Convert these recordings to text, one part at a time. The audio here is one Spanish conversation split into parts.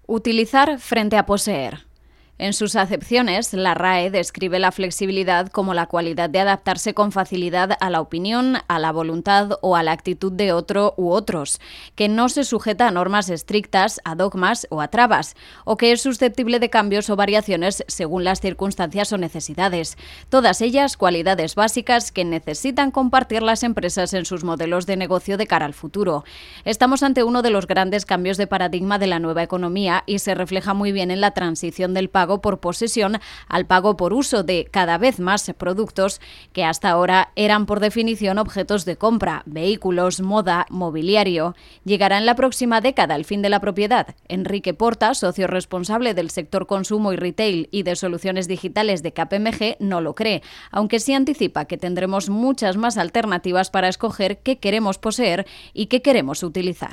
Utilizar frente a poseer. En sus acepciones, la RAE describe la flexibilidad como la cualidad de adaptarse con facilidad a la opinión, a la voluntad o a la actitud de otro u otros, que no se sujeta a normas estrictas, a dogmas o a trabas, o que es susceptible de cambios o variaciones según las circunstancias o necesidades. Todas ellas cualidades básicas que necesitan compartir las empresas en sus modelos de negocio de cara al futuro. Estamos ante uno de los grandes cambios de paradigma de la nueva economía y se refleja muy bien en la transición del pago por posesión al pago por uso de cada vez más productos que hasta ahora eran por definición objetos de compra, vehículos, moda, mobiliario. ¿Llegará en la próxima década el fin de la propiedad? Enrique Porta, socio responsable del sector consumo y retail y de soluciones digitales de KPMG, no lo cree, aunque sí anticipa que tendremos muchas más alternativas para escoger qué queremos poseer y qué queremos utilizar.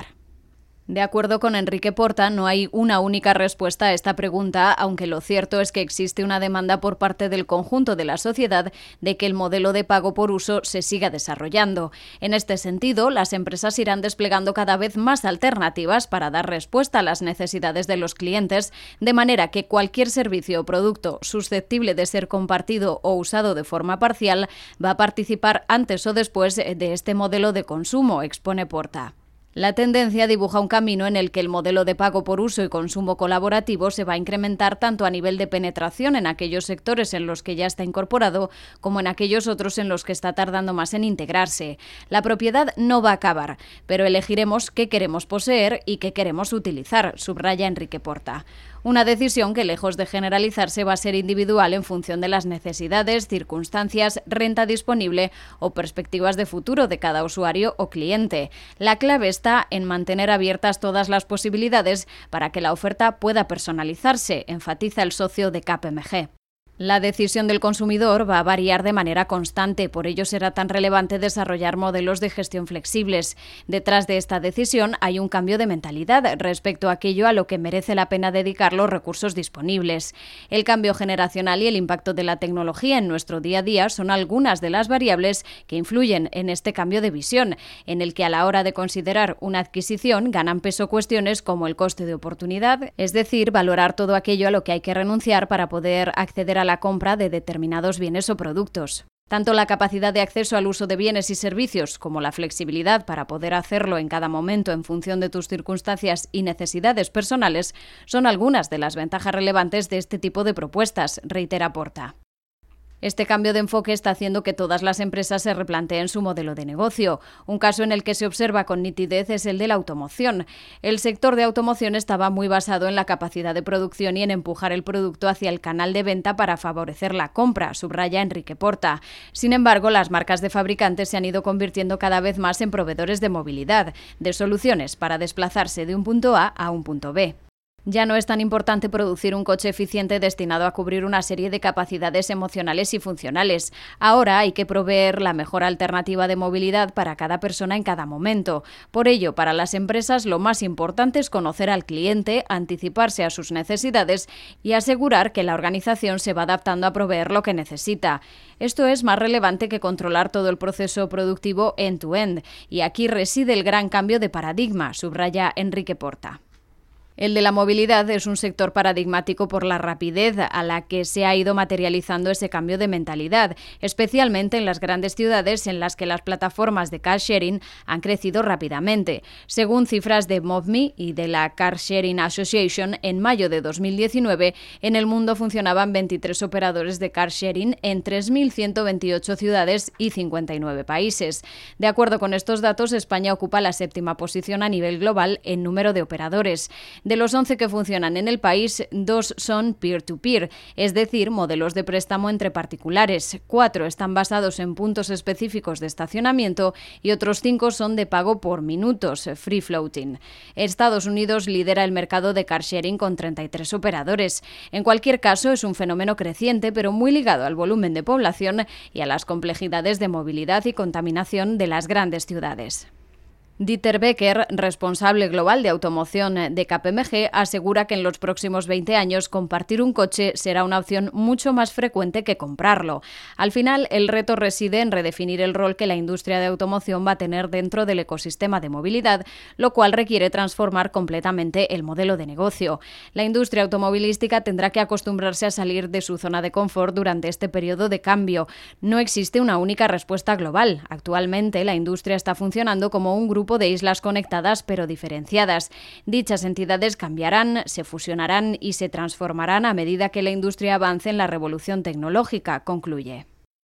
De acuerdo con Enrique Porta, no hay una única respuesta a esta pregunta, aunque lo cierto es que existe una demanda por parte del conjunto de la sociedad de que el modelo de pago por uso se siga desarrollando. En este sentido, las empresas irán desplegando cada vez más alternativas para dar respuesta a las necesidades de los clientes, de manera que cualquier servicio o producto susceptible de ser compartido o usado de forma parcial va a participar antes o después de este modelo de consumo, expone Porta. La tendencia dibuja un camino en el que el modelo de pago por uso y consumo colaborativo se va a incrementar tanto a nivel de penetración en aquellos sectores en los que ya está incorporado, como en aquellos otros en los que está tardando más en integrarse. La propiedad no va a acabar, pero elegiremos qué queremos poseer y qué queremos utilizar, subraya Enrique Porta. Una decisión que, lejos de generalizarse, va a ser individual en función de las necesidades, circunstancias, renta disponible o perspectivas de futuro de cada usuario o cliente. La clave está en mantener abiertas todas las posibilidades para que la oferta pueda personalizarse, enfatiza el socio de KPMG. La decisión del consumidor va a variar de manera constante, por ello será tan relevante desarrollar modelos de gestión flexibles. Detrás de esta decisión hay un cambio de mentalidad respecto a aquello a lo que merece la pena dedicar los recursos disponibles. El cambio generacional y el impacto de la tecnología en nuestro día a día son algunas de las variables que influyen en este cambio de visión, en el que a la hora de considerar una adquisición ganan peso cuestiones como el coste de oportunidad, es decir, valorar todo aquello a lo que hay que renunciar para poder acceder a la compra de determinados bienes o productos. Tanto la capacidad de acceso al uso de bienes y servicios como la flexibilidad para poder hacerlo en cada momento en función de tus circunstancias y necesidades personales son algunas de las ventajas relevantes de este tipo de propuestas, reitera Porta. Este cambio de enfoque está haciendo que todas las empresas se replanteen su modelo de negocio. Un caso en el que se observa con nitidez es el de la automoción. El sector de automoción estaba muy basado en la capacidad de producción y en empujar el producto hacia el canal de venta para favorecer la compra, subraya Enrique Porta. Sin embargo, las marcas de fabricantes se han ido convirtiendo cada vez más en proveedores de movilidad, de soluciones para desplazarse de un punto A a un punto B. Ya no es tan importante producir un coche eficiente destinado a cubrir una serie de capacidades emocionales y funcionales. Ahora hay que proveer la mejor alternativa de movilidad para cada persona en cada momento. Por ello, para las empresas lo más importante es conocer al cliente, anticiparse a sus necesidades y asegurar que la organización se va adaptando a proveer lo que necesita. Esto es más relevante que controlar todo el proceso productivo end-to-end, y aquí reside el gran cambio de paradigma, subraya Enrique Porta. El de la movilidad es un sector paradigmático por la rapidez a la que se ha ido materializando ese cambio de mentalidad, especialmente en las grandes ciudades en las que las plataformas de car sharing han crecido rápidamente. Según cifras de MovMe y de la Car Sharing Association, en mayo de 2019, en el mundo funcionaban 23 operadores de car sharing en 3.128 ciudades y 59 países. De acuerdo con estos datos, España ocupa la 7ª posición a nivel global en número de operadores. De los 11 que funcionan en el país, 2 son peer-to-peer, es decir, modelos de préstamo entre particulares. 4 están basados en puntos específicos de estacionamiento y otros 5 son de pago por minutos, free floating. Estados Unidos lidera el mercado de car sharing con 33 operadores. En cualquier caso, es un fenómeno creciente, pero muy ligado al volumen de población y a las complejidades de movilidad y contaminación de las grandes ciudades. Dieter Becker, responsable global de automoción de KPMG, asegura que en los próximos 20 años compartir un coche será una opción mucho más frecuente que comprarlo. Al final, el reto reside en redefinir el rol que la industria de automoción va a tener dentro del ecosistema de movilidad, lo cual requiere transformar completamente el modelo de negocio. La industria automovilística tendrá que acostumbrarse a salir de su zona de confort durante este periodo de cambio. No existe una única respuesta global. Actualmente, la industria está funcionando como un grupo de islas conectadas pero diferenciadas. Dichas entidades cambiarán, se fusionarán y se transformarán a medida que la industria avance en la revolución tecnológica, concluye.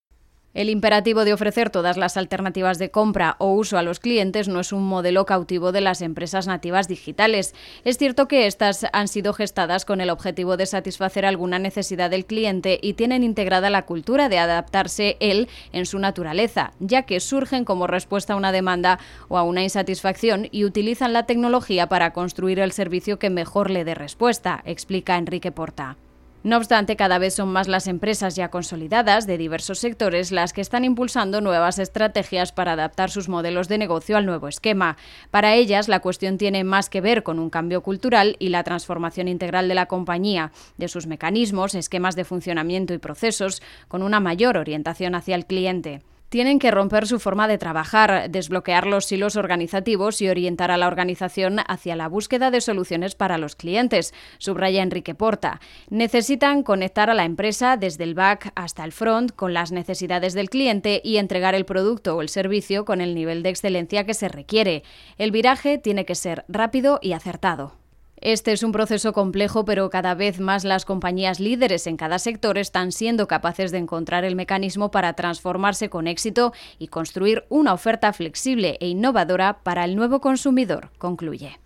El imperativo de ofrecer todas las alternativas de compra o uso a los clientes no es un modelo cautivo de las empresas nativas digitales. Es cierto que estas han sido gestadas con el objetivo de satisfacer alguna necesidad del cliente y tienen integrada la cultura de adaptarse él en su naturaleza, ya que surgen como respuesta a una demanda o a una insatisfacción y utilizan la tecnología para construir el servicio que mejor le dé respuesta, explica Enrique Porta. No obstante, cada vez son más las empresas ya consolidadas de diversos sectores las que están impulsando nuevas estrategias para adaptar sus modelos de negocio al nuevo esquema. Para ellas, la cuestión tiene más que ver con un cambio cultural y la transformación integral de la compañía, de sus mecanismos, esquemas de funcionamiento y procesos, con una mayor orientación hacia el cliente. Tienen que romper su forma de trabajar, desbloquear los silos organizativos y orientar a la organización hacia la búsqueda de soluciones para los clientes, subraya Enrique Porta. Necesitan conectar a la empresa desde el back hasta el front con las necesidades del cliente y entregar el producto o el servicio con el nivel de excelencia que se requiere. El viraje tiene que ser rápido y acertado. Este es un proceso complejo, pero cada vez más las compañías líderes en cada sector están siendo capaces de encontrar el mecanismo para transformarse con éxito y construir una oferta flexible e innovadora para el nuevo consumidor, concluye.